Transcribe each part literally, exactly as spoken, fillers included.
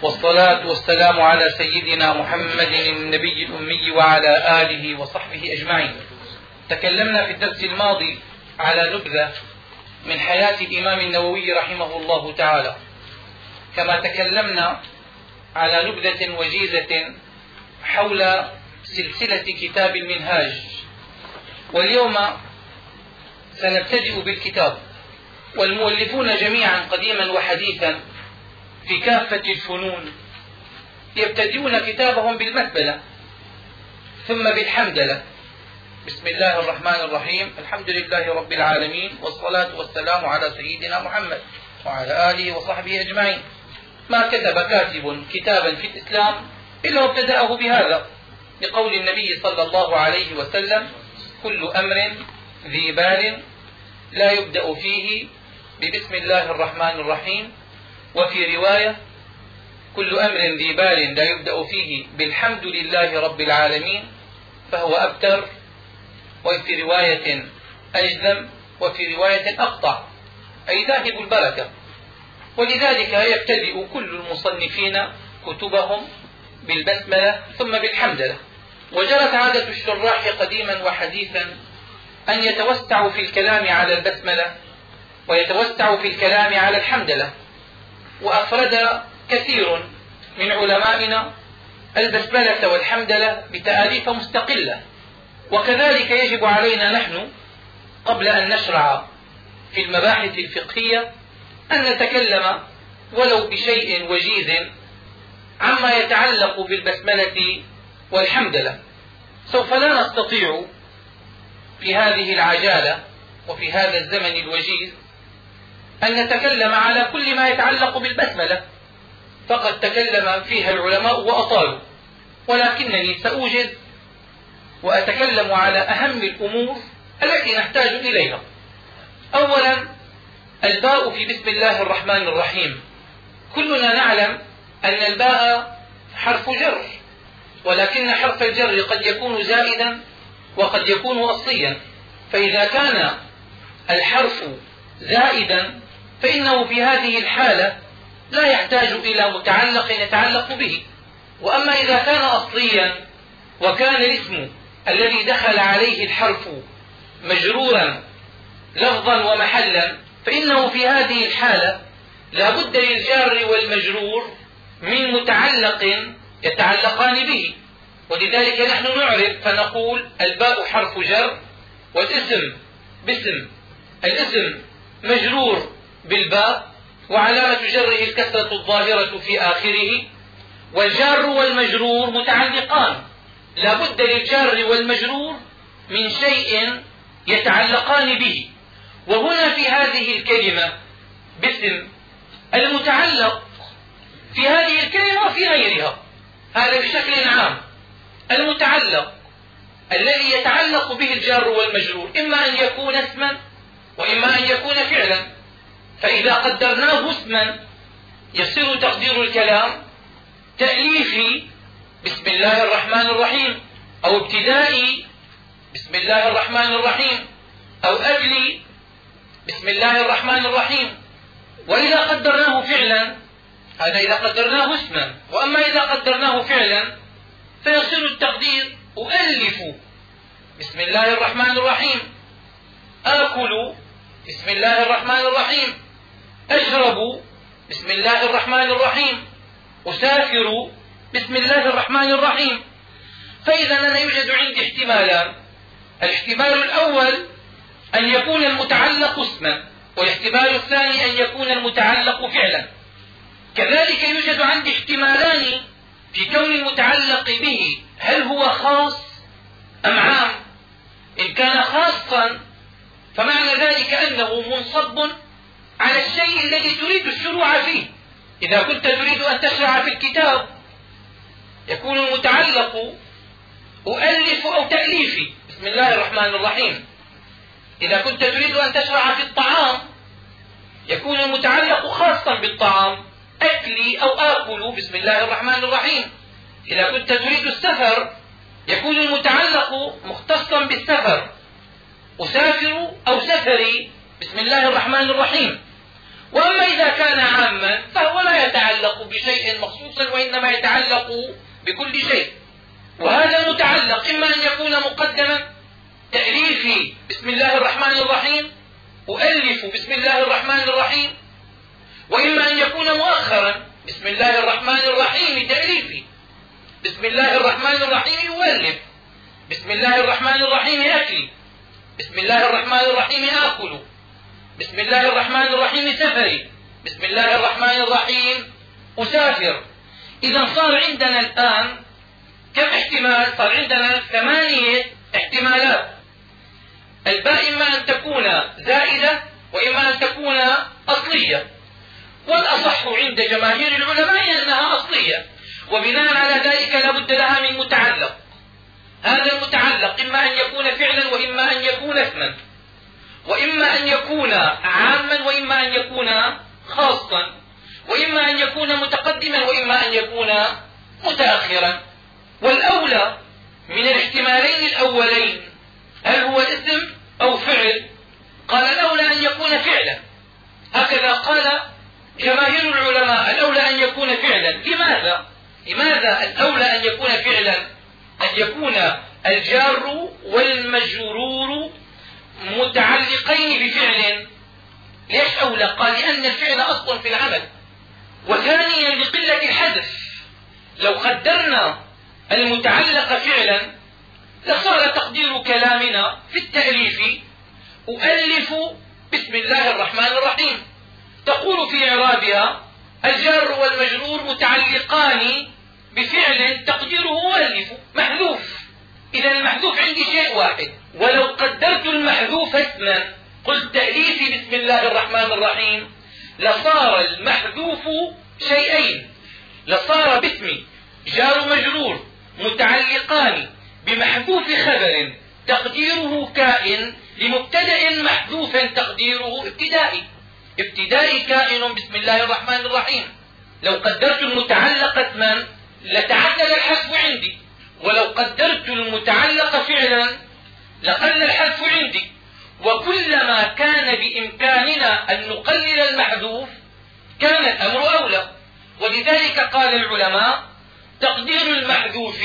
والصلاة والسلام على سيدنا محمد النبي الأمي وعلى آله وصحبه أجمعين. تكلمنا في الدرس الماضي على نبذة من حياة الإمام النووي رحمه الله تعالى، كما تكلمنا على نبذة وجيزة حول سلسلة كتاب المنهاج، واليوم سنبتدئ بالكتاب. والمؤلفون جميعا قديما وحديثا في كافة الفنون يبتدئون كتابهم بالمثبلة ثم بالحمدلة. بسم الله الرحمن الرحيم، الحمد لله رب العالمين، والصلاة والسلام على سيدنا محمد وعلى آله وصحبه أجمعين. ما كتب كاتب كتابا في الإسلام إلا وابتدأه بهذا، لقول النبي صلى الله عليه وسلم: كل أمر ذي بال لا يبدأ فيه ببسم الله الرحمن الرحيم، وفي رواية: كل أمر ذي بال لا يبدأ فيه بالحمد لله رب العالمين فهو أبتر، وفي رواية أجذم، وفي رواية أقطع، أي ذاهب البركة. ولذلك يبتدئ كل المصنفين كتبهم بالبسملة ثم بالحمدلة. وجرت عادة الشراح قديما وحديثا أن يتوسعوا في الكلام على البسملة ويتوسعوا في الكلام على الحمدلة، وأفرد كثير من علمائنا البسملة والحمدلة بتآليف مستقلة. وكذلك يجب علينا نحن قبل أن نشرع في المباحث الفقهية أن نتكلم ولو بشيء وجيز عما يتعلق بالبسملة والحمدلة. سوف لا نستطيع في هذه العجالة وفي هذا الزمن الوجيز أن نتكلم على كل ما يتعلق بالبسملة، فقد تكلم فيها العلماء وأطالوا، ولكنني سأوجز وأتكلم على أهم الأمور التي نحتاج إليها. أولا، الباء في بسم الله الرحمن الرحيم. كلنا نعلم أن الباء حرف جر، ولكن حرف الجر قد يكون زائدا وقد يكون أصليا، فإذا كان الحرف زائدا فإنه في هذه الحالة لا يحتاج إلى متعلق يتعلق به. وأما إذا كان أصليا وكان الاسم الذي دخل عليه الحرف مجرورا لفظا ومحلا فإنه في هذه الحالة لا بد للجار والمجرور من متعلق يتعلقان به. ولذلك نحن نعرف فنقول: الباء حرف جر، والاسم باسم، الاسم مجرور بالباء وعلامة جره الكسرة الظاهرة في آخره، والجار والمجرور متعلقان، لا بد للجار والمجرور من شيء يتعلقان به. وهنا في هذه الكلمة باسم المتعلق في هذه الكلمة وفي غيرها، هذا بشكل عام. المتعلق الذي يتعلق به الجار والمجرور إما أن يكون اسما وإما أن يكون فعلا، فإذا قدرناه اسما يصير تقدير الكلام تأليفي بسم الله الرحمن الرحيم، أو ابتدائي بسم الله الرحمن الرحيم، أو أجلي بسم الله الرحمن الرحيم. وإذا قدرناه فعلا، هذا إذا قدرناه اسما، وأما إذا قدرناه فعلا فيصير التقدير أؤلف بسم الله الرحمن الرحيم، آكل بسم الله الرحمن الرحيم، أشرب بسم الله الرحمن الرحيم، أسافر بسم الله الرحمن الرحيم. فإذا أنا يوجد عندي احتمالان: الاحتمال الأول أن يكون المتعلق اسما، والاحتمال الثاني أن يكون المتعلق فعلا. كذلك يوجد عندي احتمالان في كون المتعلق به هل هو خاص أم عام. إن كان خاصا فمعنى ذلك أنه منصب على الشيء الذي تريد الشروع فيه. إذا كنت تريد أن تشرع في الكتاب يكون المتعلق أؤلف أو تأليفي بسم الله الرحمن الرحيم. إذا كنت تريد أن تشرع في الطعام يكون المتعلق خاصا بالطعام، أكلي أو آكل بسم الله الرحمن الرحيم. إذا كنت تريد السفر يكون المتعلق مختصا بالسفر، أسافر أو سفري بسم الله الرحمن الرحيم. وأما إذا كان عاما فهو لا يتعلق بشيء مخصوص وإنما يتعلق بكل شيء. وهذا متعلق إما أن يكون مقدما، تأليفي بسم الله الرحمن الرحيم، أؤلف بسم الله الرحمن الرحيم، وإما أن يكون مؤخرا، بسم الله الرحمن الرحيم تأليفي، بسم الله الرحمن الرحيم أؤلف، بسم الله الرحمن الرحيم أكلي، بسم الله الرحمن الرحيم آكل، بسم الله الرحمن الرحيم سفري، بسم الله الرحمن الرحيم أسافر. إذا صار عندنا الآن كم احتمال؟ صار عندنا ثمانية احتمالات. الباء إما أن تكون زائدة وإما أن تكون أصلية، والأصح عند جماهير العلماء أنها أصلية، وبناء على ذلك لا بد لها من متعلق. هذا المتعلق إما أن يكون فعلا وإما أن يكون اسما، وإما أن يكون عاما وإما أن يكون خاصا، وإما أن يكون متقدما وإما أن يكون متأخرا. والأولى من الاحتمالين الأولين هل هو اسم أو فعل؟ قال الأولى أن يكون فعلا، هكذا قال جماهير العلماء، الأولى أن يكون فعلا. لماذا؟ لماذا الأولى أن يكون فعلا؟ أن يكون الجار والمجرور متعلقين بفعل. ليش أولى؟ قال لأن الفعل أصل في العمل، وثانيا لقلة الحذف. لو قدرنا المتعلق فعلا لصار تقدير كلامنا في التأليف أؤلف بسم الله الرحمن الرحيم، تقول في إعرابها الجار والمجرور متعلقان بفعل تقديره أؤلف محذوف. إذا المحذوف عندي شيء واحد. ولو قدرت المحذوف اسما قلت تأليفي بسم الله الرحمن الرحيم لصار المحذوف شيئين، لصار باسمي جار مجرور متعلقان بمحذوف خبر تقديره كائن لمبتدأ محذوف تقديره ابتدائي. ابتدائي كائن بسم الله الرحمن الرحيم. لو قدرت المتعلق اسما لتعدد الحذف عندي، ولو قدرت المتعلق فعلا لقل الحذف عندي. وكلما كان بإمكاننا أن نقلل المحذوف كان الأمر أولى. ولذلك قال العلماء تقدير المحذوف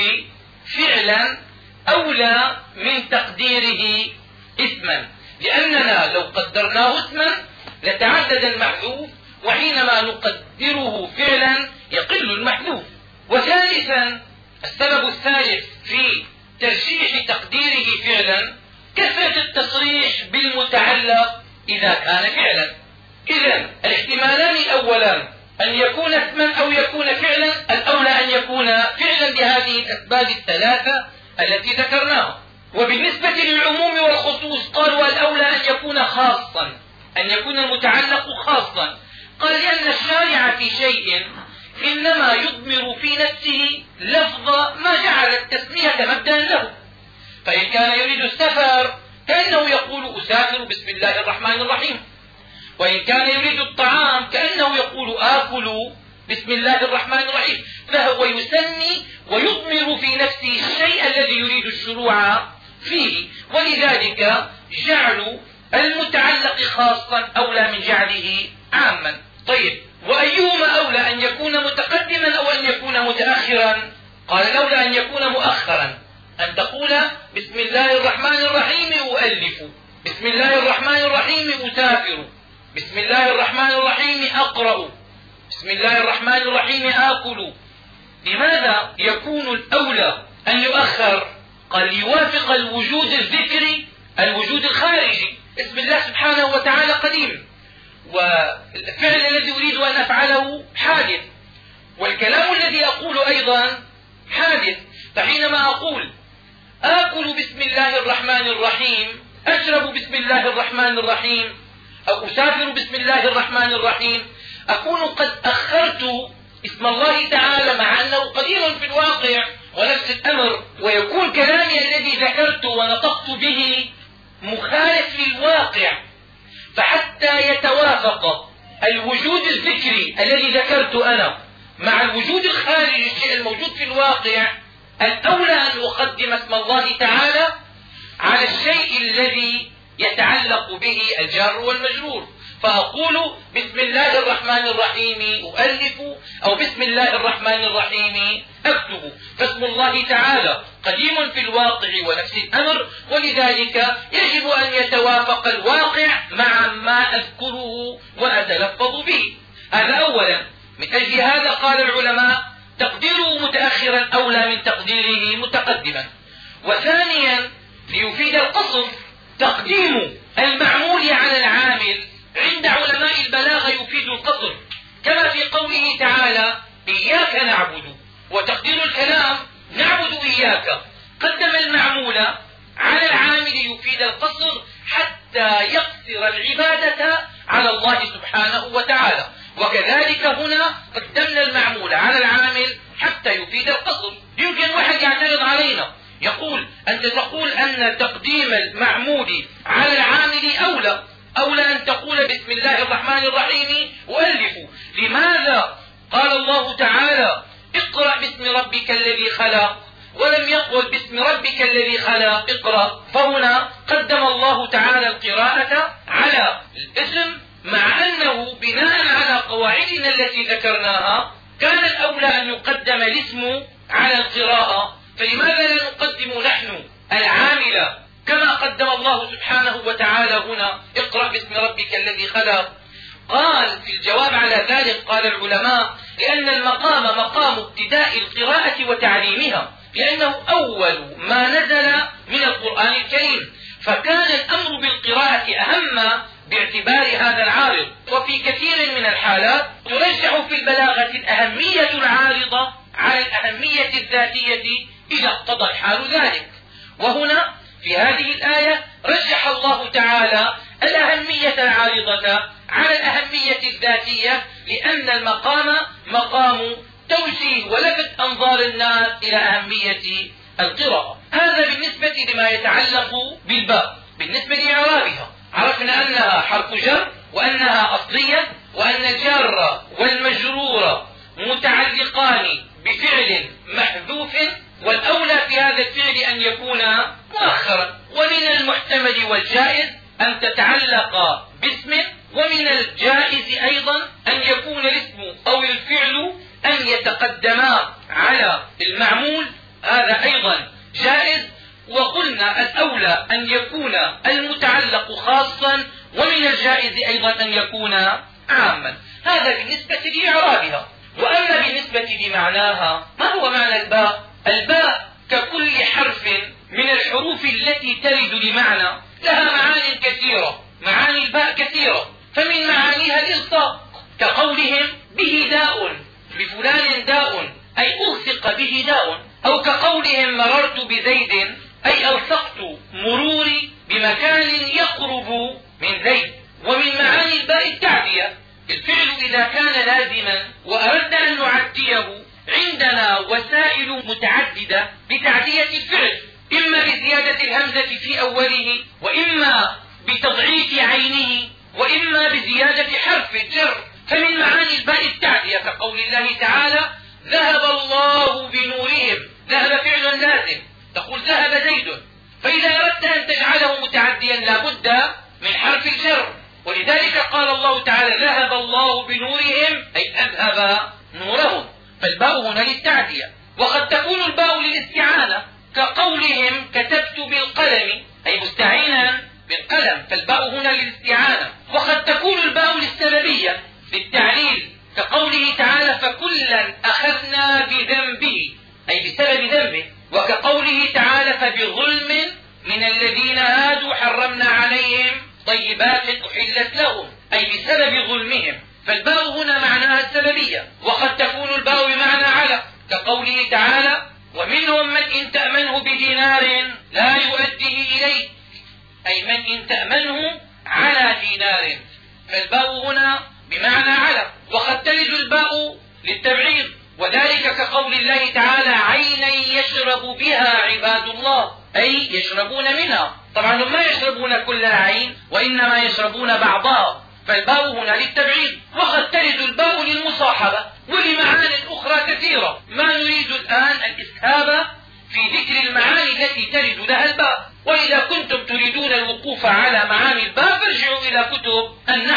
فعلا أولى من تقديره اسما، لأننا لو قدرناه اسما لتعدد المحذوف، وحينما نقدره فعلا يقل المحذوف. وثالثا السبب الثالث في ترشيح تقديره فعلا كثرة التصريح بالمتعلق إذا كان فعلا. إذن الاحتمالان الأولان أن يكون اسما أو يكون فعلا، الأولى أن يكون فعلا لهذه الأسباب الثلاثة التي ذكرناها. وبالنسبة للعموم والخصوص قالوا الأولى أن يكون خاصا، أن يكون المتعلق خاصا. قال لأن الشارع في شيء إنما يضمر في نفسه لفظ ما جعل التسمية مبدأ له. فإن كان يريد السفر كأنه يقول أسافر بسم الله الرحمن الرحيم، وإن كان يريد الطعام كأنه يقول آكل بسم الله الرحمن الرحيم. فهو يسمي ويضمر في نفسه الشيء الذي يريد الشروع فيه، ولذلك جعل المتعلق خاصا أولى من جعله عاما. طيب، وأيهما أولى أن يكون متقدما أو أن يكون متأخرا؟ قال الأولى أن يكون مؤخرا، أن تقول بسم الله الرحمن الرحيم أؤلف، بسم الله الرحمن الرحيم أسافر، بسم الله الرحمن الرحيم أقرأ، بسم الله الرحمن الرحيم آكل. لماذا يكون الأولى أن يؤخر؟ قال يوافق الوجود الذكري الوجود الخارجي. اسم الله سبحانه وتعالى قديم، والفعل الذي أريد أن أفعله حادث، والكلام الذي أقول أيضا حادث. فحينما أقول آكل بسم الله الرحمن الرحيم، أشرب بسم الله الرحمن الرحيم، أو أسافر بسم الله الرحمن الرحيم، أكون قد أخرت اسم الله تعالى مع أنه قدير في الواقع ونفس الأمر، ويكون كلامي الذي ذكرت ونطقت به مخالف للواقع. فحتى يتوافق الوجود الذكري الذي ذكرت أنا مع الوجود الخارجي الشيء الموجود في الواقع، الأولى أن أقدم اسم الله تعالى على الشيء الذي يتعلق به الجار والمجرور. فأقول بسم الله الرحمن الرحيم أؤلف، أو بسم الله الرحمن الرحيم أكتب. فاسم الله تعالى قديم في الواقع ونفس الأمر، ولذلك يجب أن يتوافق الواقع مع ما أذكره وأتلفظ به. هذا أولا. من أجل هذا قال العلماء تقديره متأخرا أولى من تقديره متقدما. وثانيا ليفيد القصر تقديم المعمول على العامل عند علماء البلاغة يفيد القصر، كما في قوله تعالى إياك نعبد، وتقدير الكلام نعبد إياك. قدم المعمول على العامل يفيد القصر حتى يقصر العبادة على الله سبحانه وتعالى. وكذلك هنا قدمنا المعمول على العامل حتى يفيد القصر. يمكن واحد يعترض علينا يقول أنت تقول أن تقديم المعمول على العامل أولى أولى أن تقول بسم الله الرحمن الرحيم أؤلف. لماذا قال الله تعالى اقرأ باسم ربك الذي خلق ولم يقل باسم ربك الذي خلق اقرأ؟ فهنا قدم الله تعالى القراءة على الاسم، مع أنه بناء على قواعدنا التي ذكرناها كان الأولى أن يقدم الاسم على القراءة. فلماذا لا نقدم نحن العامل كما قدم الله سبحانه وتعالى هنا اقرأ باسم ربك الذي خلق؟ قال في الجواب على ذلك قال العلماء لأن المقام مقام ابتداء القراءة وتعليمها، لأنه أول ما نزل من القرآن الكريم، فكان الأمر بالقراءة أهم باعتبار هذا العارض. وفي كثير من الحالات ترجح في البلاغة الأهمية العارضة على الأهمية الذاتية إذا اقتضى الحال ذلك. وهنا في هذه الآية رجح الله تعالى الأهمية العارضة على الأهمية الذاتية، لأن المقام مقام توجيه ولفت أنظار الناس إلى أهمية القراءة. هذا بالنسبة لما يتعلق بالباء. بالنسبة لإعرابها عرفنا أنها حرف جر وأنها أصلية، وأن الجار والمجرور متعلقان بفعل محذوف، والأولى في هذا الفعل أن يكون مؤخرا. ومن المحتمل والجائز أن تتعلق باسم، ومن الجائز أيضا أن يكون الاسم أو الفعل أن يتقدما على المعمول، هذا أيضا جائز. وقلنا الأولى أن يكون المتعلق خاصا، ومن الجائز أيضا أن يكون عاما. هذا بالنسبة لإعرابها. وأما بالنسبة لمعناها، ما هو معنى الباء؟ الباء ككل حرف من الحروف التي ترد لمعنى لها معاني كثيرة. معاني الباء كثيرة، فمن معانيها الإلصاق، كقولهم به داء، بفلان داء أي ألصق به داء، أو كقولهم مررت بزيد أي ألصقت مروري بمكان يقرب من زيد. ومن معاني الباء التعدية، الفعل إذا كان لازما وأردنا أن نعديه عندنا وسائل متعددة لتعدية الفعل، إما بزيادة الهمزة في أوله، وإما بتضعيف عينه، وإما بزيادة حرف الجر. فمن معاني الباء التعدية كقول الله تعالى ذهب الله بنورهم، ذهب فعل لازم، تقول ذهب زيد، فإذا أردت أن تجعله متعديا لابد من حرف الجر. ولذلك قال الله تعالى ذهب الله بنورهم أي أذهب نورهم. فالباء هنا للتعدية. وقد تكون الباء للاستعانة كقولهم كتبت بالقلم أي مستعينا بالقلم، فالباء هنا للاستعانة. وقد تكون الباء للسببية للتعليل كقوله تعالى فكلا أخذنا بذنبه أي بسبب ذنبه، وكقوله تعالى فبظلم من الذين هادوا حرمنا عليهم طيبات أحلت لهم أي بسبب ظلمهم. فالباء هنا معناها السببية. وقد تكون الباء بمعنى على كقوله تعالى ومنهم من إن تأمنه بدينار لا يؤديه إليه أي من إن تأمنه على دينار، فالباء هنا بمعنى على. وقد تلد الباء للتبعيض، وذلك كقول الله تعالى عينا يشرب بها عباد الله أي يشربون منها. طبعا هم ما يشربون كل العين وإنما يشربون بعضها، فالباء هنا للتبعيض. وقد تلد الباء للمصاحبة ولمعان أخرى كثيرة، ما نريد الآن الإسهاب في ذكر المعاني التي تلد لها الباء. وإذا كنتم تريدون الوقوف على معاني الباء فارجعوا إلى كتب النحو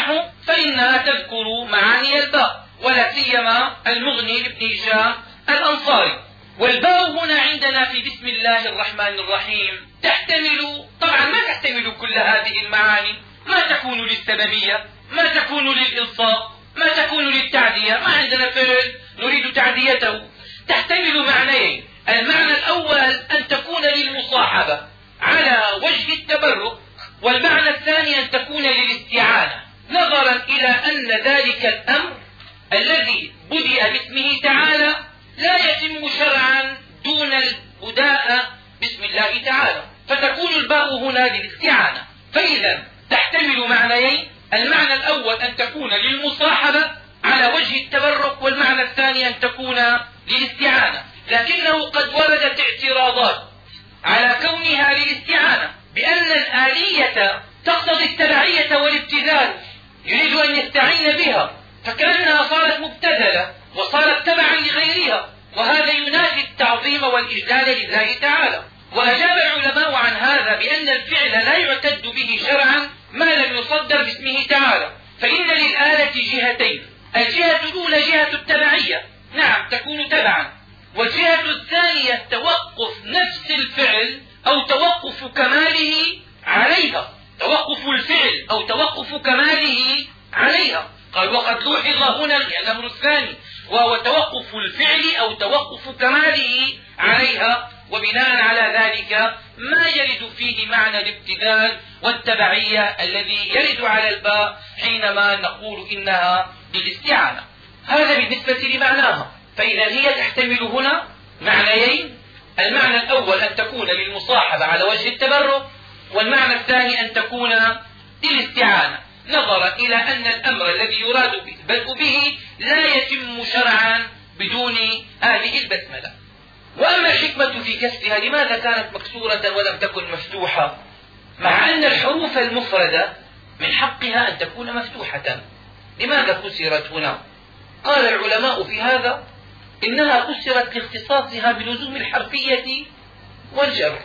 فإنها تذكر معاني الباء، ولا سيما المغني لابن هشام الأنصاري. والباء هنا عندنا في بسم الله الرحمن الرحيم تحتمل، طبعا ما تحتمل كل هذه المعاني، ما تكون للسببية، ما تكون للإلصاق، ما تكون للتعدية، ما عندنا فعل نريد تعديته. تحتمل معنيين: المعنى الأول أن تكون للمصاحبة على وجه التبرك، والمعنى الثاني أن تكون للاستعانة، نظرا إلى أن ذلك الأمر الذي بدأ باسمه تعالى لا يتم شرعا دون البداء بسم الله تعالى، فتكون الباء هنا للاستعانة. فإذا تحتمل معنيين: المعنى الأول أن تكون للمصاحبة على وجه التبرك، والمعنى الثاني أن تكون للاستعانة. لكنه قد وردت اعتراضات على كونها للاستعانة بأن الآلية تقتضي التبعية والابتذال، يريد أن يستعين بها، فكأنها صارت مبتذلة وصارت تبعا لغيرها، وهذا ينافي التعظيم والإجلال لله تعالى. وأجاب العلماء عن هذا بأن الفعل لا يعتد به شرعا ما لم يصدر باسمه تعالى، فإن للآلة جهتين: الجهة الأولى جهة التبعية، نعم تكون تبعا، والجهة الثانية توقف نفس الفعل أو توقف كماله عليها، توقف الفعل أو توقف كماله عليها. قال: وقد لوحظ هنا الأمر الثاني، وهو توقف الفعل أو توقف كماله عليها. وبناء على ذلك ما يرد فيه معنى الابتذال والتبعية الذي يرد على الباء حينما نقول إنها للاستعانة. هذا بالنسبة لمعناها. فإذا هي تحتمل هنا معنيين: المعنى الأول أن تكون للمصاحبة على وجه التبرك، والمعنى الثاني أن تكون للاستعانة، نظرا إلى أن الأمر الذي يراد البدء به لا يتم شرعا بدون هذه البسملة. وأما الحكمة في كسرها، لماذا كانت مكسورة ولم تكن مفتوحة، مع أن الحروف المفردة من حقها أن تكون مفتوحة؟ لماذا كسرت هنا؟ قال العلماء في هذا إنها كسرت لاختصاصها بلزوم الحرفية والجر،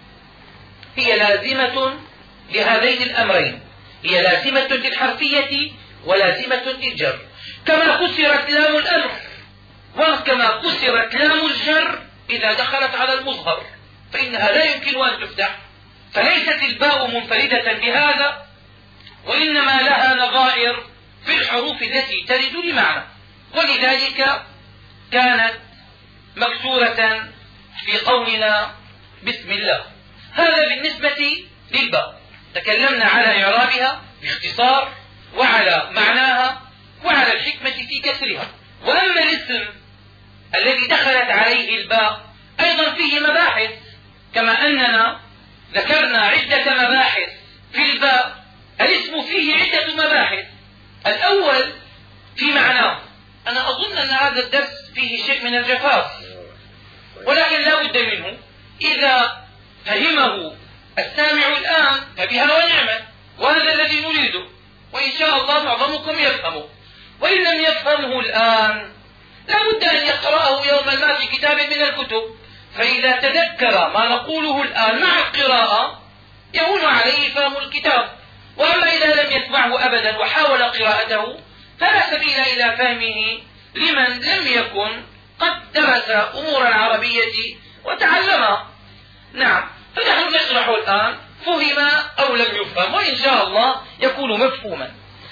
هي لازمة لهذين الأمرين، هي لازمة للحرفية ولازمة للجر، كما كسرت لام الأمر وكما كسرت لام الجر إذا دخلت على المظهر، فإنها لا يمكن أن تفتح. فليست الباء منفردة بهذا، وإنما لها نظائر في الحروف التي ترد لمعنى، ولذلك كانت مكسورة في قولنا بسم الله. هذا بالنسبة للباء. تكلمنا على إعرابها باختصار، وعلى معناها، وعلى الحكمة في كسرها. وأما الاسم الذي دخلت عليه الباء أيضا فيه مباحث، كما أننا ذكرنا عدة مباحث في الباء، الاسم فيه عدة مباحث. الأول في معناه. أنا أظن أن هذا الدرس فيه شيء من الجفاف، ولكن لا بد منه. إذا فهمه السامع الآن فبها ونعمة، وهذا الذي نريده، وإن شاء الله معظمكم يفهمه. وإن لم يفهمه الآن لا بد أن يقرأه يوما ما في كتاب من الكتب، فإذا تذكر ما نقوله الآن مع القراءة يهون عليه فهم الكتاب. وأما إذا لم يسمعه أبدا وحاول قراءته فلا سبيل إلى فهمه لمن لم يكن قد درس أمور العربية وتعلمها. نعم، فنحن نشرح الآن فهم أو لم يفهم، وإن شاء الله يكون مفهوما.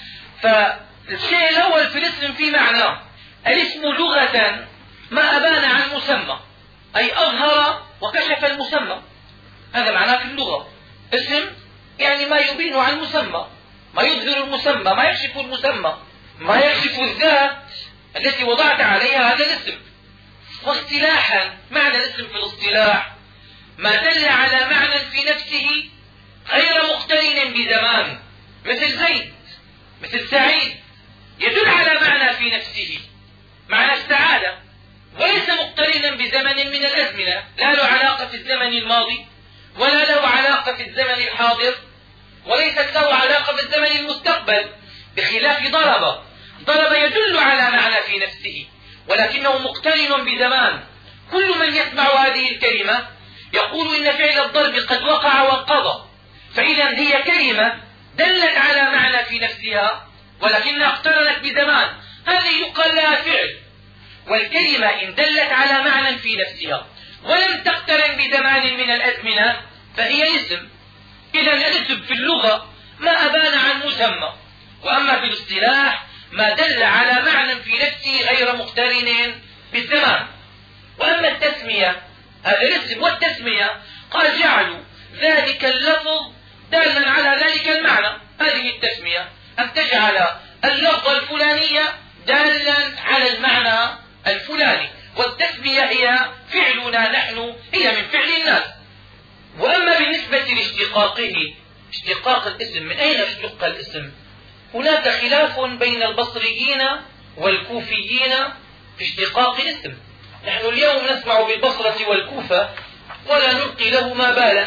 فالشيء الأول في الاسم في معناه. الاسم لغة ما أبان عن مسمى، أي أظهر وكشف المسمى، هذا معناه في اللغة. اسم يعني ما يبين عن مسمى، ما يظهر المسمى، ما يكشف المسمى، ما يكشف الذات التي وضعت عليها هذا الاسم. واصطلاحا معنى الاسم في الاصطلاح ما دل على معنى في نفسه غير مقترن بزمان، مثل زيد، مثل سعيد، يدل على معنى في نفسه، معنى السعادة، وليس مقترنا بزمن من الأزمنة، لا له علاقة في الزمن الماضي، ولا له علاقة في الزمن الحاضر، وليست له علاقة في الزمن المستقبل، بخلاف ضرب. ضرب يدل على معنى في نفسه، ولكنه مقترن بزمان. كل من يسمع هذه الكلمة يقول إن فعل الضرب قد وقع وانقضى، فإذا هي كلمة دلت على معنى في نفسها، ولكنها اقترنت بزمان، هذه يقال لها فعل. والكلمة إن دلت على معنى في نفسها ولم تقترن بزمان من الأزمنة فهي اسم. إذا الاسم في اللغة ما أبان عن مسمى، وأما في الاصطلاح ما دل على معنى في نفسه غير مقترن بالزمان. وأما التسمية، هذا الاسم والتسمية قال جعلوا ذلك اللفظ دالا على ذلك المعنى. هذه التسمية أن تجعل اللفظ الفلاني دالا على المعنى الفلاني، والتسمية هي فعلنا نحن، هي من فعل الناس. وأما بالنسبة لاشتقاقه، اشتقاق الاسم، من أين اشتق الاسم؟ هناك خلاف بين البصريين والكوفيين في اشتقاق الاسم. نحن اليوم نسمع بالبصرة والكوفة ولا نلقي لهما بالا،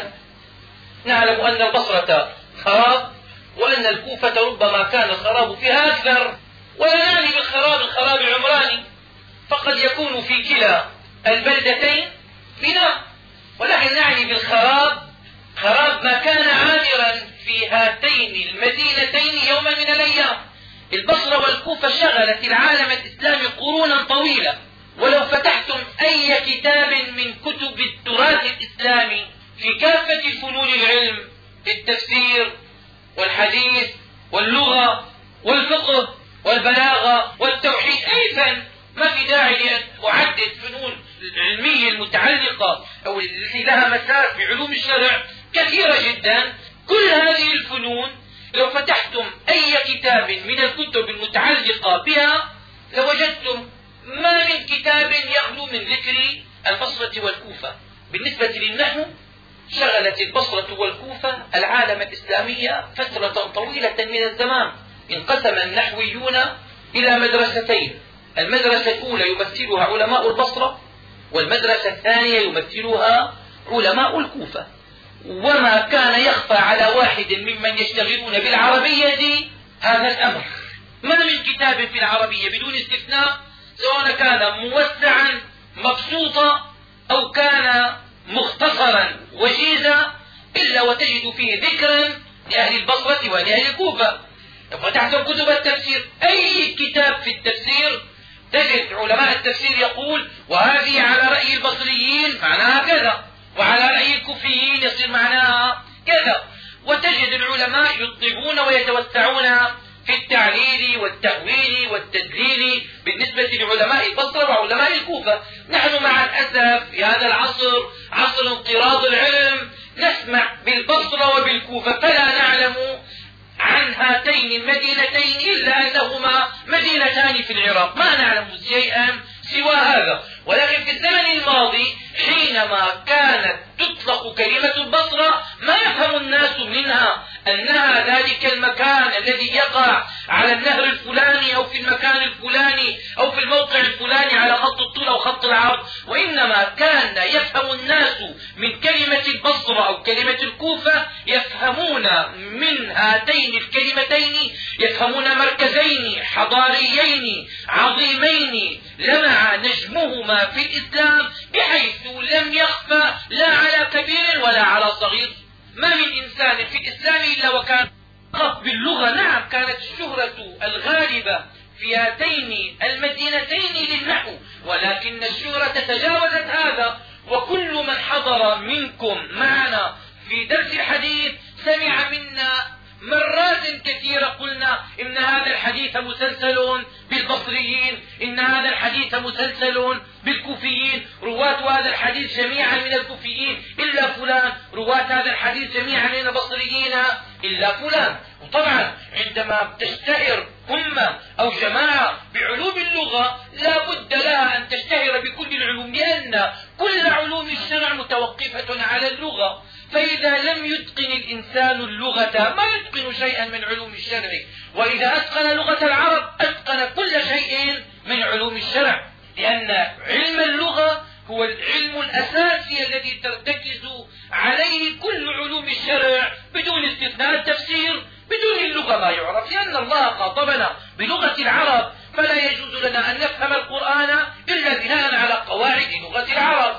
نعلم أن البصرة خراب وأن الكوفة ربما كان الخراب فيها أكثر، ولا نعني بالخراب الخراب العمراني، فقد يكون في كلا البلدتين بناء، ولكن نعني بالخراب خراب ما كان عامرا في هاتين المدينتين يوما من الأيام. البصرة والكوفة شغلت العالم الإسلامي قرونا طويلة، ولو فتحتم أي كتاب من كتب التراث الإسلامي في كافة فنون العلم، التفسير والحديث واللغة والفقه والبلاغة والتوحيد، أي فن، ما في داعي لأن أعدد فنون العلمية المتعلقة أو التي لها مسار في علوم الشرع كثيرة جدا. كل هذه الفنون لو فتحتم أي كتاب من الكتب المتعلقة بها لوجدتم ما من كتاب يخلو من ذكر البصرة والكوفة. بالنسبة للنحو شغلت البصرة والكوفة العالم الإسلامي فترة طويلة من الزمان. انقسم النحويون إلى مدرستين، المدرسة الأولى يمثلها علماء البصرة، والمدرسة الثانية يمثلها علماء الكوفة. وما كان يخفى على واحد ممن يشتغلون بالعربية هذا الأمر. ما من كتاب في العربية بدون استثناء، سواء كان موسعا مبسوطا أو كان مختصرا وجيزا، إلا وتجد فيه ذكرا لأهل البصرة ولأهل الكوفة. لو فتحتم كتب التفسير، أي كتاب في التفسير تجد علماء التفسير يقول وهذه على رأي البصريين معناها كذا، وعلى رأي الكوفيين يصير معناها كذا. وتجد العلماء يطلبون ويتوسعون في التعليل والتأويل والتدليل بالنسبة لعلماء البصرة وعلماء الكوفة. نحن مع الأسف في هذا العصر، عصر انقراض العلم، نسمع بالبصرة وبالكوفة فلا نعلم عن هاتين المدينتين إلا أنهما مدينتان في العراق، ما نعلم شيئا سوى هذا. ولكن في الزمن الماضي حينما كانت تطلق كلمة البصرة ما يفهم الناس منها أنها ذلك المكان الذي يقع على النهر الفلاني أو في المكان الفلاني أو في الموقع الفلاني على خط الطول أو خط العرض، وإنما كان يفهم الناس من كلمة البصرة أو كلمة الكوفة، يفهمون من هاتين الكلمتين يفهمون مركزين حضاريين عظيمين لمع نجمهما في الإسلام، بحيث لم يخفى لا على كبير ولا على صغير. ما من إنسان في الإسلام إلا وكان خط باللغة. نعم، كانت الشهرة الغالبة في هاتين المدينتين للنحو، ولكن الشهرة تجاوزت هذا. وكل من حضر منكم معنا في درس الحديث سمع منا مرات كثيرة قلنا إن هذا الحديث مسلسل بالبصريين، إن هذا الحديث مسلسل بالكوفيين، رواة هذا الحديث جميعا من الكوفيين إلا فلان، رواة هذا الحديث جميعا من البصريين إلا فلان. وطبعا عندما تشتهر أمة أو جماعة بعلوم اللغة لا بد لها أن تشتهر بكل العلوم، لأن كل علوم الشرع متوقفة على اللغة. فإذا لم يتقن الإنسان اللغة ما يتقن شيئا من علوم الشرع، وإذا أتقن لغة العرب أتقن كل شيء من علوم الشرع، لأن علم اللغة هو العلم الأساسي الذي ترتكز عليه كل علوم الشرع بدون استثناء. التفسير بدون اللغة ما يعرف، لأن الله خاطبنا بلغة العرب، فلا يجوز لنا أن نفهم القرآن إلا بناء على قواعد لغة العرب.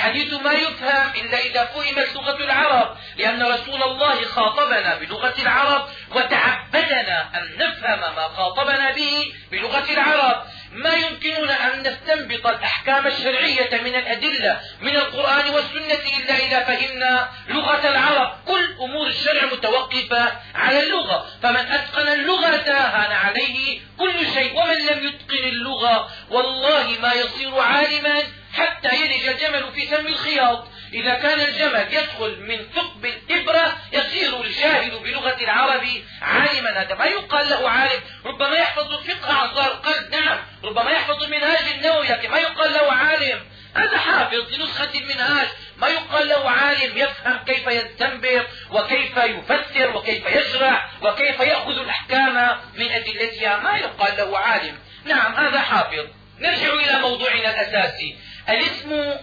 والحديث ما يفهم إلا إذا فهمت لغة العرب، لأن رسول الله خاطبنا بلغة العرب وتعبدنا أن نفهم ما خاطبنا به بلغة العرب. ما يمكننا أن نستنبط الأحكام الشرعية من الأدلة من القرآن والسنة إلا إذا فهمنا لغة العرب. كل أمور الشرع متوقفة على اللغة، فمن أتقن اللغة هان عليه كل شيء، ومن لم يتقن اللغة والله ما يصير عالما حتى يلج الجمل في سم الخياط. إذا كان الجمل يدخل من ثقب الإبرة يصير الجاهل بلغة العرب عالما. هذا ما يقال له عالم. ربما يحفظ الفقه عن ظهر قلب، نعم، ربما يحفظ المنهاج النووي، لكن ما يقال له عالم. هذا حافظ لنسخة المنهاج، ما يقال له عالم يفهم كيف يستنبط وكيف يفسر وكيف يشرح وكيف يأخذ الأحكام من أدلتها، ما يقال له عالم. نعم، هذا حافظ. نرجع إلى موضوعنا الأساسي. الاسم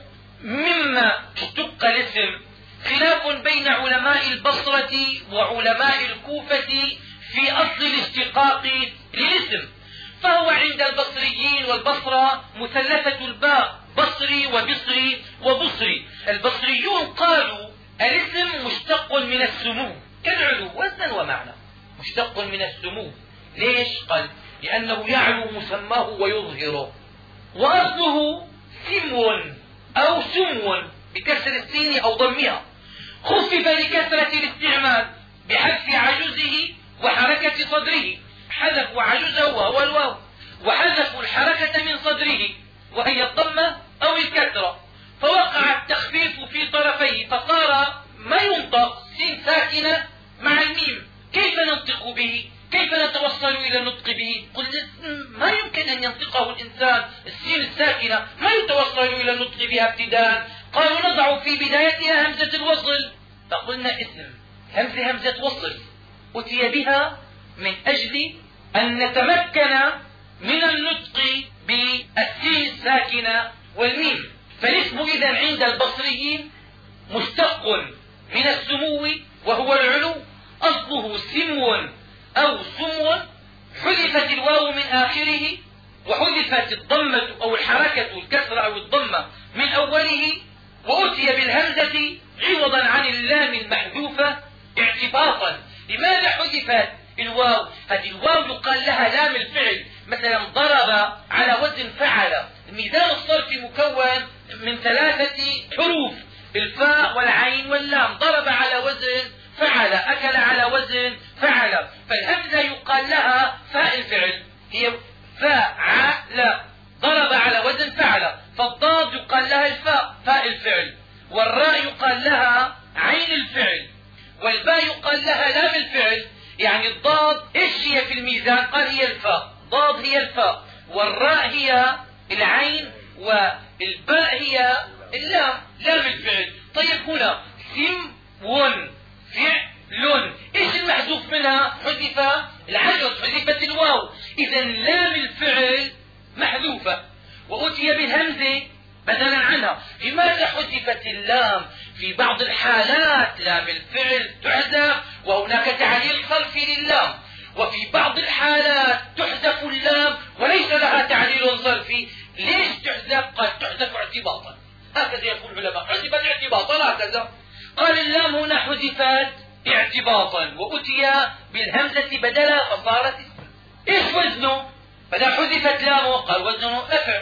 مما اشتق الاسم خلاف بين علماء البصرة وعلماء الكوفة في أصل الاشتقاق للاسم. فهو عند البصريين والبصرة مثلثة الباء، بصري وبصري وبصري. البصريون قالوا الاسم مشتق من السمو كالعلو وزنا ومعنى، مشتق من السمو. ليش؟ قال لأنه يعلو مسماه ويظهره. وأصله سمو أو سمو بكسر السين أو ضمها، خفف لكثرة الاستعمال بحذف عجزه وحركة صدره. حذفوا عجزه وهو الواو، وحذفوا الحركة من صدره وهي الضمة أو الكسرة، فوقع التخفيف في طرفيه فصار ما ينطق سين ساكنة مع الميم. كيف ننطق به؟ كيف نتوصل إلى النطق به؟ قلنا ما يمكن أن ينطقه الإنسان، السين الساكنة ما يتوصل إلى النطق بها ابتداء. قالوا نضع في بدايتها همزة الوصل، فقلنا اسم همزة همزة وصل أتي بها من أجل أن نتمكن من النطق بالسين الساكنة والميم. فالاسم إذن عند البصريين مشتق من السمو وهو العلو، أصله سمو أو سمو، حذفت الواو من آخره وحذفت الضمة أو الحركة الكسرة أو الضمة من أوله، وأتي بالهمزة عوضا عن اللام المحذوفة اعتباطا. لماذا حذفت الواو؟ هذه الواو يقال لها لام الفعل. مثلا ضرب على وزن فعل، الميزان الصرفي مكون من ثلاثة حروف، الفاء والعين واللام. ضرب على وزن فعل، أكل على وزن فعل، فالهمزة يقال لها فاء الفعل، هي فاعل. ضرب على وزن فعل، فالضاد يقال لها الفاء فاء الفعل، والراء يقال لها عين الفعل، والباء يقال لها لام الفعل. يعني الضاد ايش هي في الميزان؟ قال هي الفاء، ضاد هي الفاء، والراء هي العين، والباء هي اللام لام الفعل. طيب هنا سم ون فعل، ايش المحذوف منها؟ حذف العجز، حذفت الواو. اذا لام الفعل محذوفة وأتي بالهمزة بدلا عنها. لماذا حذفت اللام؟ في بعض الحالات لام الفعل تحذف وهناك تعليل صرفي للام، وفي بعض الحالات تحذف اللام وليس لها تعليل صرفي. ليش تحذف؟ قال تحذف اعتباطا، هكذا يقول العلماء، حذفت اعتباطا هكذا. قال اللام هنا حذفت اعتباطا وأتي بالهمزة بدلا فصارت اسم. ايش وزنه؟ فإذا حذفت لامه قال وزنه افعل،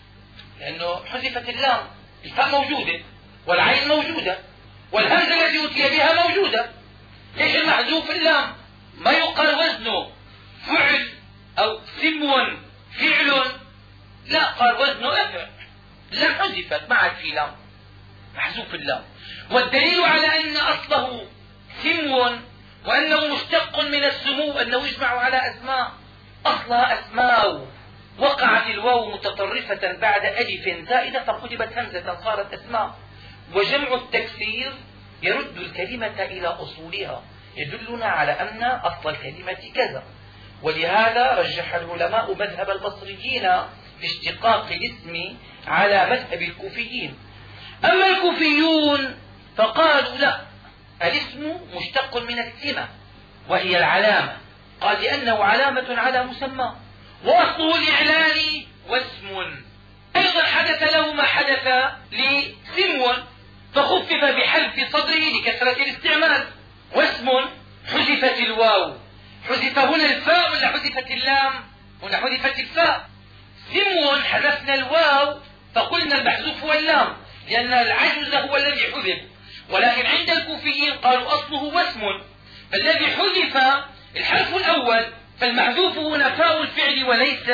لأنه حذفت اللام، الفاء موجودة والعين موجودة والهمزة التي أتي بها موجودة. ايش المحذوف؟ اللام. ما يقال وزنه فعل أو سمو فعل، لا، قال وزنه افعل، لم حذفت ما عاد في لام، محذوف اللام. والدليل على أن أصله سمو وأنه مشتق من السمو أنه يجمع على أسماء، أصلها أسماء، وقعت الواو متطرفة بعد ألف زائدة فقلبت همزة صارت أسماء. وجمع التكسير يرد الكلمة إلى أصولها، يدلنا على أن أصل الكلمة كذا. ولهذا رجح العلماء مذهب البصريين في اشتقاق الاسم على مذهب الكوفيين. أما الكوفيون فقالوا لا، الاسم مشتق من السمة وهي العلامة، قال لأنه علامة على مسمى، وأصله الإعلان واسم. أيضا حدث له ما حدث سمو فخفف بحذف صدره لكثرة الاستعمال. واسم حذفت الواو، حذف هنا الفاء ولا حذفت اللام؟ هنا حذفت الفاء. سمو حذفنا الواو فقلنا المحذوف هو اللام لأن العجز هو الذي حذف، ولكن عند الكوفيين قالوا أصله واسم، فالذي حذف الحرف الأول فالمحذوف هنا فاء الفعل وليس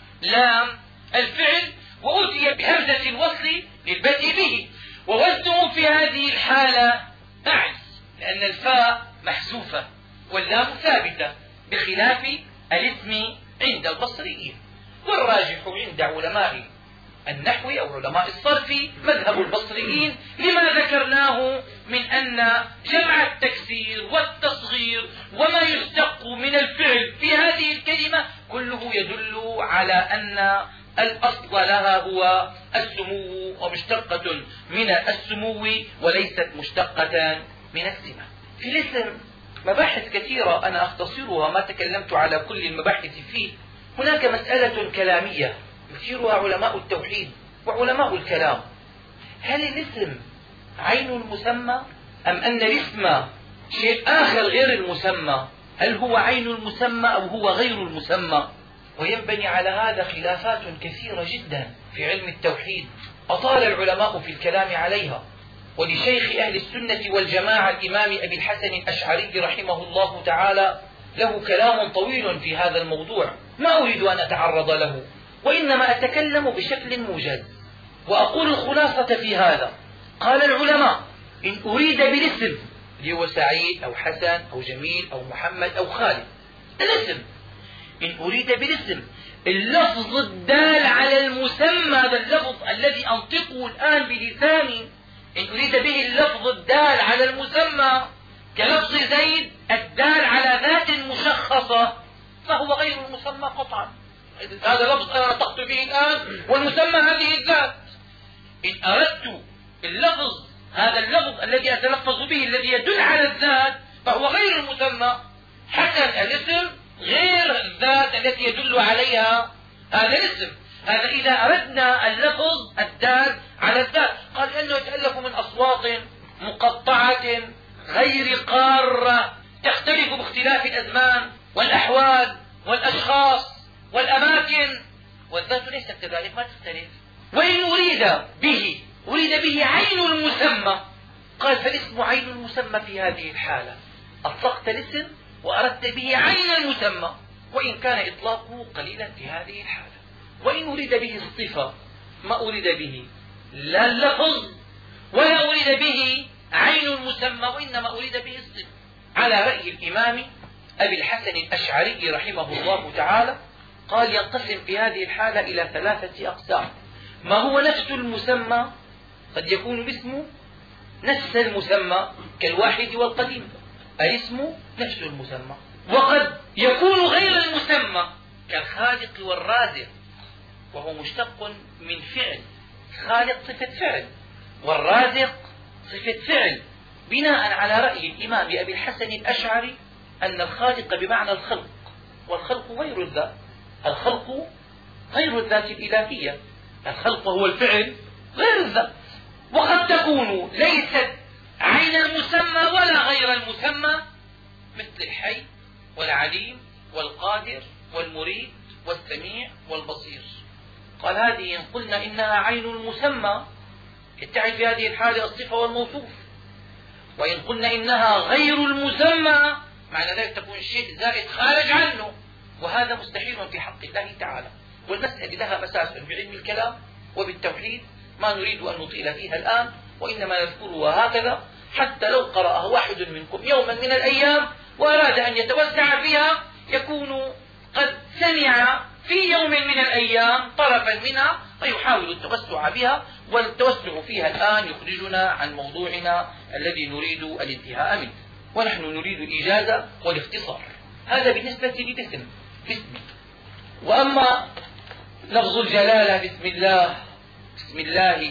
لام الفعل، وأتي بهمزة الوصل للبدء به، ووزنه في هذه الحالة أعز لأن الفاء محذوفة واللام ثابتة بخلاف الاسم عند البصريين. والراجح عند علماء النحو أو علماء الصرف مذهب البصريين لما ذكرناه من أن جمع التكسير والتصغير وما يشتق من الفعل في هذه الكلمة كله يدل على أن الأصل لها هو السمو ومشتقة من السمو وليست مشتقة من السمة. في الاسم مباحث كثيرة أنا أختصرها، ما تكلمت على كل المباحث فيه. هناك مسألة كلامية يثيرها علماء التوحيد وعلماء الكلام: هل الاسم عين المسمى أم أن الاسم شيء آخر غير المسمى؟ هل هو عين المسمى أو هو غير المسمى؟ وينبني على هذا خلافات كثيرة جدا في علم التوحيد أطال العلماء في الكلام عليها. ولشيخ أهل السنة والجماعة الإمام أبي الحسن الأشعري رحمه الله تعالى له كلام طويل في هذا الموضوع ما أريد أن أتعرض له، وإنما أتكلم بشكل موجز وأقول الخلاصة في هذا. قال العلماء: إن أريد بالاسم اللي هو سعيد أو حسن أو جميل أو محمد أو خالد، الاسم إن أريد بالاسم اللفظ الدال على المسمى، هذا اللفظ الذي أنطقه الآن بلساني، إن أريد به اللفظ الدال على المسمى كلفظ زيد الدال على ذات مشخصة فهو غير المسمى قطعا. هذا لفظ أنا نطقت به الآن والمسمى هذه الذات. إن أردت اللفظ هذا اللفظ الذي أتلفظ به الذي يدل على الذات فهو غير المسمى. حسن الاسم غير الذات التي يدل عليها هذا الاسم. هذا إذا أردنا اللفظ الدال على الذات. قال إنه يتألف من أصوات مقطعة غير قارة تختلف باختلاف الأزمان والأحوال والأشخاص والأماكن، والذات ليست كذلك ما تختلف. وإن أريد به أريد به عين المسمى، قال فالاسم عين المسمى في هذه الحالة. أطلقت الاسم وأردت به عين المسمى، وإن كان إطلاقه قليلا في هذه الحالة. وإن أريد به الصفة ما أريد به لا اللفظ ولا أريد به عين المسمى، وإنما أريد به الصفة. على رأي الإمام أبي الحسن الأشعري رحمه الله تعالى قال ينقسم في هذه الحالة إلى ثلاثة أقسام: ما هو نفس المسمى، قد يكون الاسم نفس المسمى كالواحد والقديم، الاسم نفس المسمى، وقد يكون غير المسمى كالخالق والرازق، وهو مشتق من فعل. خالق صفة فعل والرازق صفة فعل، بناء على رأي الإمام أبي الحسن الأشعري أن الخالق بمعنى الخلق، والخلق غير الذات. الخلق غير الذات الإلهية، الخلق هو الفعل غير الذات. وقد تكون ليست عين المسمى ولا غير المسمى مثل الحي والعليم والقادر والمريد والسميع والبصير. قال هذه إن قلنا إنها عين المسمى يتعد في هذه الحالة الصفة والموصوف، وإن قلنا إنها غير المسمى معنى ذلك تكون الشيء زائد خارج عنه، وهذا مستحيل في حق الله تعالى. والمسألة لها مساس بعلم الكلام وبالتوحيد ما نريد أن نطيل فيها الآن، وإنما نذكرها هكذا حتى لو قرأها واحد منكم يوما من الأيام وأراد أن يتوسع فيها يكون قد سمع في يوم من الأيام طرفا منها فيحاول التوسع بها، والتوسع فيها الآن يخرجنا عن موضوعنا الذي نريد الانتهاء منه، ونحن نريد الإجازة والاختصار. هذا بالنسبة للاسم باسم. وأما لفظ الجلالة بسم الله بسم الله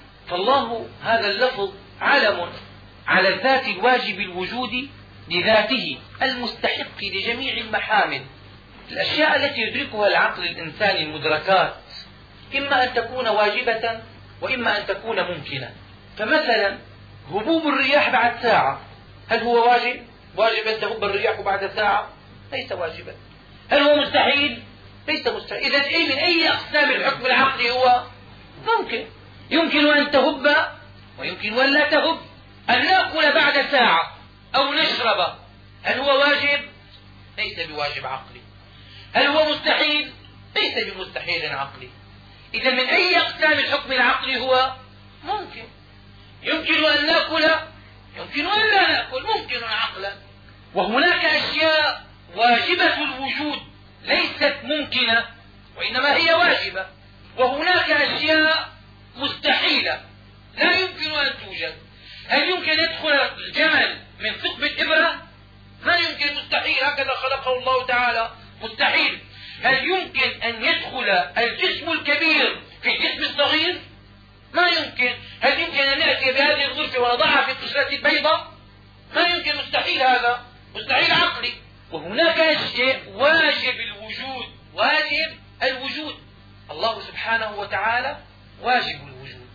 فالله هذا اللفظ علم على الذات الواجب الوجود لذاته المستحق لجميع المحامد. الأشياء التي يدركها العقل الإنساني المدركات إما أن تكون واجبة وإما أن تكون ممكنة. فمثلا هبوب الرياح بعد ساعة، هل هو واجب؟ واجب أن تهب الرياح بعد ساعة؟ ليس واجبا. هل هو مستحيل؟ ليس مستحيل. إذا أي من أي أقسام الحكم العقلي هو ممكن؟ يمكن أن تهب ويمكن أن لا تهب. أن نأكل بعد ساعة أو نشرب، هل هو واجب؟ ليس بواجب عقلي. هل هو مستحيل؟ ليس بمستحيل عقلي. إذا من أي أقسام الحكم العقلي هو ممكن؟ يمكن أن نأكل، يمكن أن لا نأكل، ممكن عقلا. وهناك أشياء واجبة الوجود ليست ممكنة وإنما هي واجبة، وهناك أشياء مستحيلة لا يمكن أن توجد. هل يمكن يدخل الجمل من ثقب الإبرة؟ ما يمكن، مستحيل، هكذا خلقه الله تعالى، مستحيل. هل يمكن أن يدخل الجسم الكبير في الجسم الصغير؟ ما يمكن. هل يمكن أن نأتي بهذه الغرفة ونضعها في القشرة البيضاء؟ ما يمكن، مستحيل، هذا مستحيل عقلي. وهناك شيء واجب الوجود، واجب الوجود. الله سبحانه وتعالى واجب الوجود،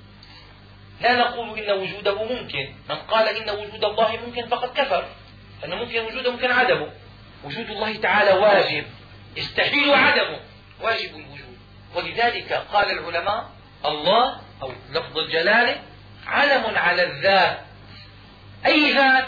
لا نقول إن وجوده ممكن. من قال إن وجود الله ممكن فقد كفر، لأنه ممكن وجوده ممكن عدمه. وجود الله تعالى واجب، يستحيل عدمه، واجب الوجود. ولذلك قال العلماء الله أو لفظ الجلالة علم على الذات. أي ذات؟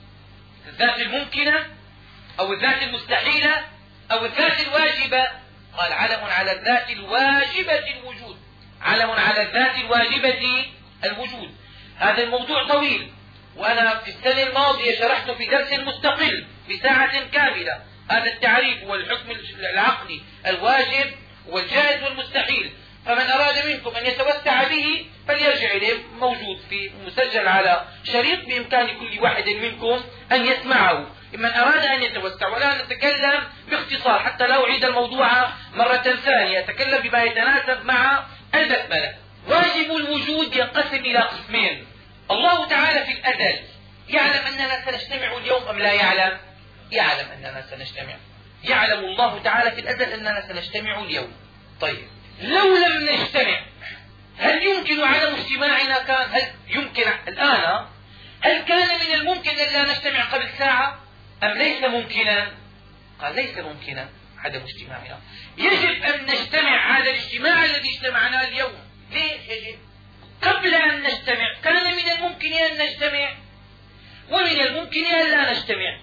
الذات الممكنة أو الذات المستحيلة أو الذات الواجبة؟ قال علم على الذات الواجبة الوجود، علم على الذات الواجبة الوجود. هذا الموضوع طويل، وأنا في السنة الماضية شرحت في درس مستقل بساعة كاملة هذا التعريف والحكم العقلي الواجب والجائز والمستحيل. فمن أراد منكم أن يتوسع به فليرجع إليه، موجود في مسجل على شريط، بإمكان كل واحد منكم أن يسمعه. من أراد أن يتوسع، ولا نتكلم باختصار حتى لا أعيد الموضوع مرة ثانية، أتكلم بما يتناسب مع البسملة. واجب الوجود ينقسم إلى قسمين. الله تعالى في الأزل يعلم أننا سنجتمع اليوم أم لا يعلم؟ يعلم أننا سنجتمع، يعلم الله تعالى في الأزل أننا سنجتمع اليوم. طيب لو لم نجتمع هل يمكن عدم اجتماعنا؟ كان هل يمكن الآن؟ هل كان من الممكن أن لا نجتمع قبل ساعة أم ليس ممكنا؟ قال ليس ممكنا عدم اجتماعنا، يجب أن نجتمع. هذا الاجتماع الذي اجتمعنا اليوم ليش يجب؟ قبل أن نجتمع كان من الممكن أن نجتمع ومن الممكن أن لا نجتمع.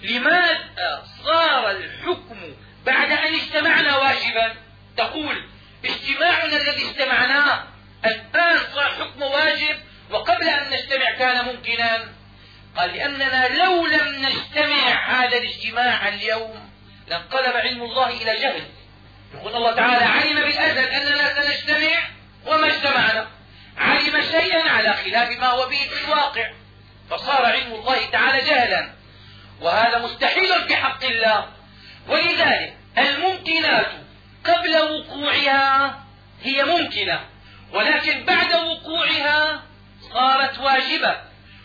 لماذا صار الحكم بعد أن اجتمعنا واجبا؟ تقول اجتماعنا الذي اجتمعناه الآن صار حكم واجب وقبل أن نجتمع كان ممكنا. قال لأننا لو لم نجتمع هذا الاجتماع اليوم لانقلب علم الله إلى جهل. يقول الله تعالى علم بالأزل أننا سنجتمع وما اجتمعنا، علم شيئا على خلاف ما هو به في الواقع، فصار علم الله تعالى جهلا، وهذا مستحيل في حق الله. ولذلك الممكنات قبل وقوعها هي ممكنة، ولكن بعد وقوعها صارت واجبة.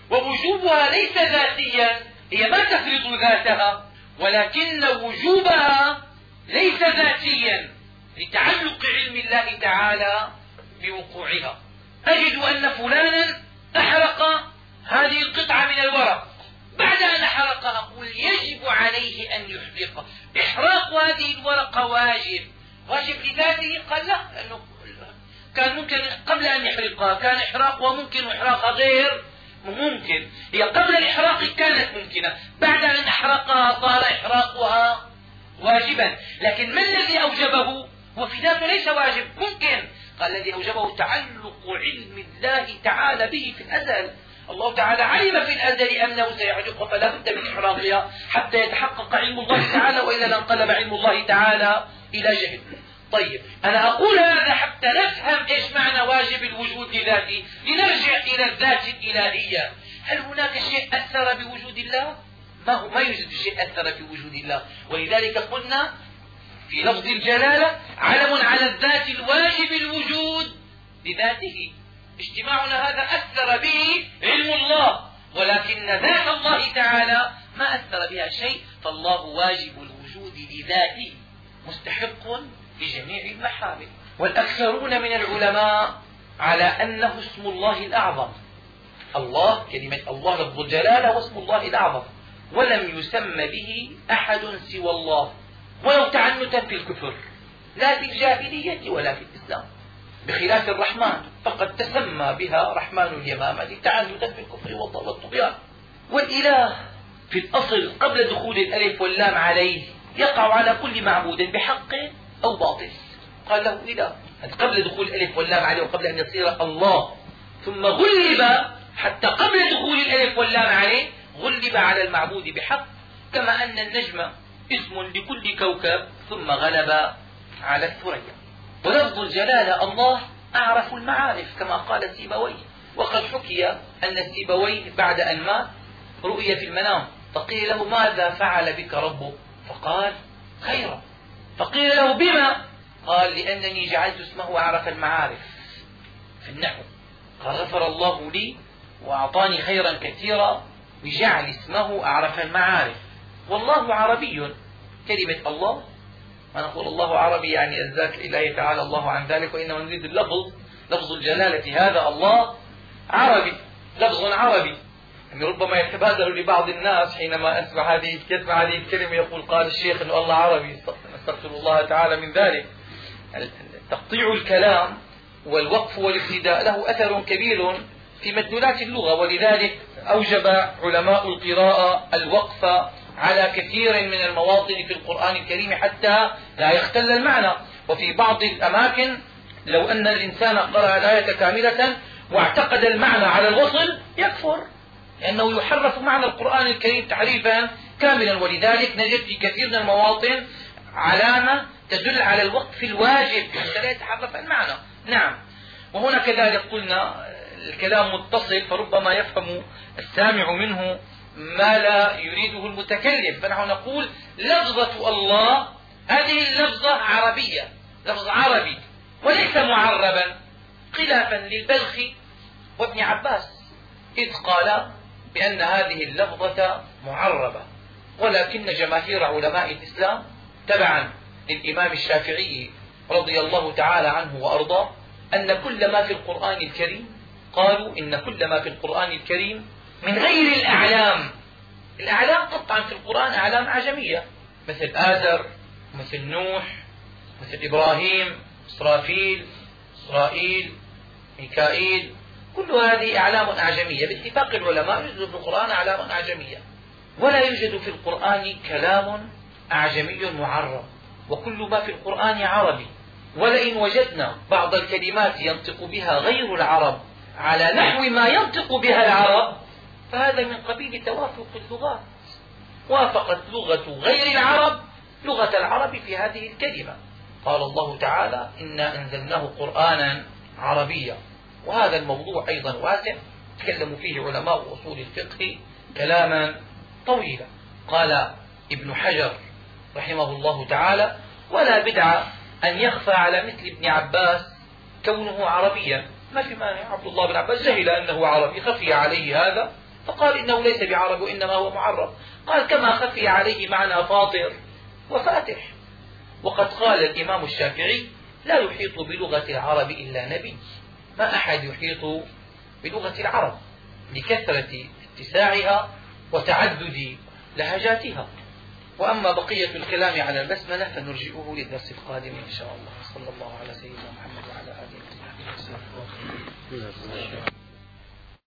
ووجوبها ليس ذاتيا، هي ما تفرض ذاتها، ولكن وجوبها ليس ذاتيا لتعلق علم الله تعالى بوقوعها. أجد أن فلانا أحرق هذه القطعة من الورق، بعد أن أحرقها أقول يجب عليه أن يحرقها. إحراق هذه الورقة واجب، واجب لذاته؟ قال لا، لأنه كان ممكن قبل أن يحرقها كان إحراقها ممكن وإحراقها غير ممكن. هي قبل الإحراق كانت ممكنة، بعد أن أحرقها صار إحراقها واجبا. لكن ما الذي أوجبه؟ هو في ذاته ليس واجب، ممكن. قال الذي أوجبه تعلق علم الله تعالى به في الأزل. الله تعالى علم في الأزل أنه سيحرقها فلا بد من إحراقها حتى يتحقق علم الله تعالى، وإلا لانقلب علم الله تعالى إلى جهل. طيب أنا أقول هذا حتى نفهم إيش معنى واجب الوجود لذاته، لنرجع إلى الذات الإلهية. هل هناك شيء أثر بوجود الله؟ ما هو ما يوجد شيء أثر بوجود الله. ولذلك قلنا في لفظ الجلالة علم على الذات الواجب الوجود لذاته. اجتماعنا هذا أثر به علم الله، ولكن ذات الله تعالى ما أثر بها شيء. فالله واجب الوجود لذاته مستحق لجميع المحامد. والأكثرون من العلماء على أنه اسم الله الأعظم، الله كلمة الله لفظ الجلالة واسم الله الأعظم، ولم يسم به أحد سوى الله ولو تعنتا في الكفر، لا في الجاهلية ولا في الإسلام، بخلاف الرحمن فقد تسمى بها رحمن اليمامة تعنتا في الكفر والطغيان. والإله في الأصل قبل دخول الألف واللام عليه يقع على كل معبود بحق أو باطل، قال له إله قبل دخول الألف واللام عليه وقبل أن يصير الله، ثم غلب حتى قبل دخول الألف واللام عليه غلب على المعبود بحق، كما أن النجم اسم لكل كوكب ثم غلب على الثريا. ولفظ الجلالة الله أعرف المعارف كما قال سيبويه، وقد حكي أن سيبويه بعد أن مات رؤي في المنام فقيل له ماذا فعل بك ربك؟ فقال خيرا. فقيل له بما؟ قال لأنني جعلت اسمه أعرف المعارف في النحو، قال غفر الله لي وأعطاني خيرا كثيرا بجعل اسمه أعرف المعارف. والله عربي، كلمة الله ما نقول الله عربي يعني الذات الإلهي تعالى الله عن ذلك، وإنما نريد اللفظ لفظ الجلالة، هذا الله عربي لفظ عربي. يعني ربما يتبادر لبعض الناس حينما أسمع هذه يسمع هذه الكلمة يقول قال الشيخ أن الله عربي، نستغفر الله تعالى من ذلك. تقطيع الكلام والوقف والابتداء له أثر كبير في مدلولات اللغة، ولذلك أوجب علماء القراءة الوقف على كثير من المواطن في القرآن الكريم حتى لا يختل المعنى. وفي بعض الأماكن لو أن الإنسان قرأ الآية كاملة واعتقد المعنى على الوصل يكفر، لأنه يحرف معنى القرآن الكريم تحريفا كاملا. ولذلك نجد في كثير من المواطن علامة تدل على الوقف الواجب حتى لا يتحرف المعنى. نعم، وهنا كذلك قلنا الكلام متصل فربما يفهم السامع منه ما لا يريده المتكلم، فنحن نقول لفظة الله هذه اللفظة عربية، لفظ عربي وليس معربا، خلافا للبلخي وابن عباس إذ قال بأن هذه اللفظة معربة. ولكن جماهير علماء الإسلام تبعا للإمام الشافعي رضي الله تعالى عنه وأرضاه أن كل ما في القرآن الكريم قالوا إن كل ما في القرآن الكريم من غير الأعلام، الأعلام قطعا في القرآن أعلام أعجمية مثل آزر مثل نوح مثل إبراهيم إسرافيل إسرائيل ميكائيل، كل هذه أعلام أعجمية باتفاق العلماء، يوجد في القرآن أعلام أعجمية، ولا يوجد في القرآن كلام أعجمي معرب، وكل ما في القرآن عربي. ولئن وجدنا بعض الكلمات ينطق بها غير العرب على نحو ما ينطق بها العرب فهذا من قبيل توافق اللغات، وافقت لغة غير العرب لغة العرب في هذه الكلمة. قال الله تعالى إنا أنزلناه قرآنا عربيا، وهذا الموضوع أيضا واسع تكلموا فيه علماء أصول الفقه كلاما طويلا. قال ابن حجر رحمه الله تعالى ولا بدعة أن يخفى على مثل ابن عباس كونه عربيا، ما في مانع، عبد الله بن عباس جهل أنه عربي خفي عليه هذا فقال إنه ليس بعربي وإنما هو معرب، قال كما خفي عليه معنى فاطر وفاتح. وقد قال الإمام الشافعي لا يحيط بلغة العرب إلا نبي، ما أحد يحيط بلغة العرب لكثرة اتساعها وتعدد لهجاتها. وأما بقية الكلام على البسملة فنرجئه للدرس القادم إن شاء الله. صلى الله على سيدنا محمد وعلى آله وصحبه وسلم.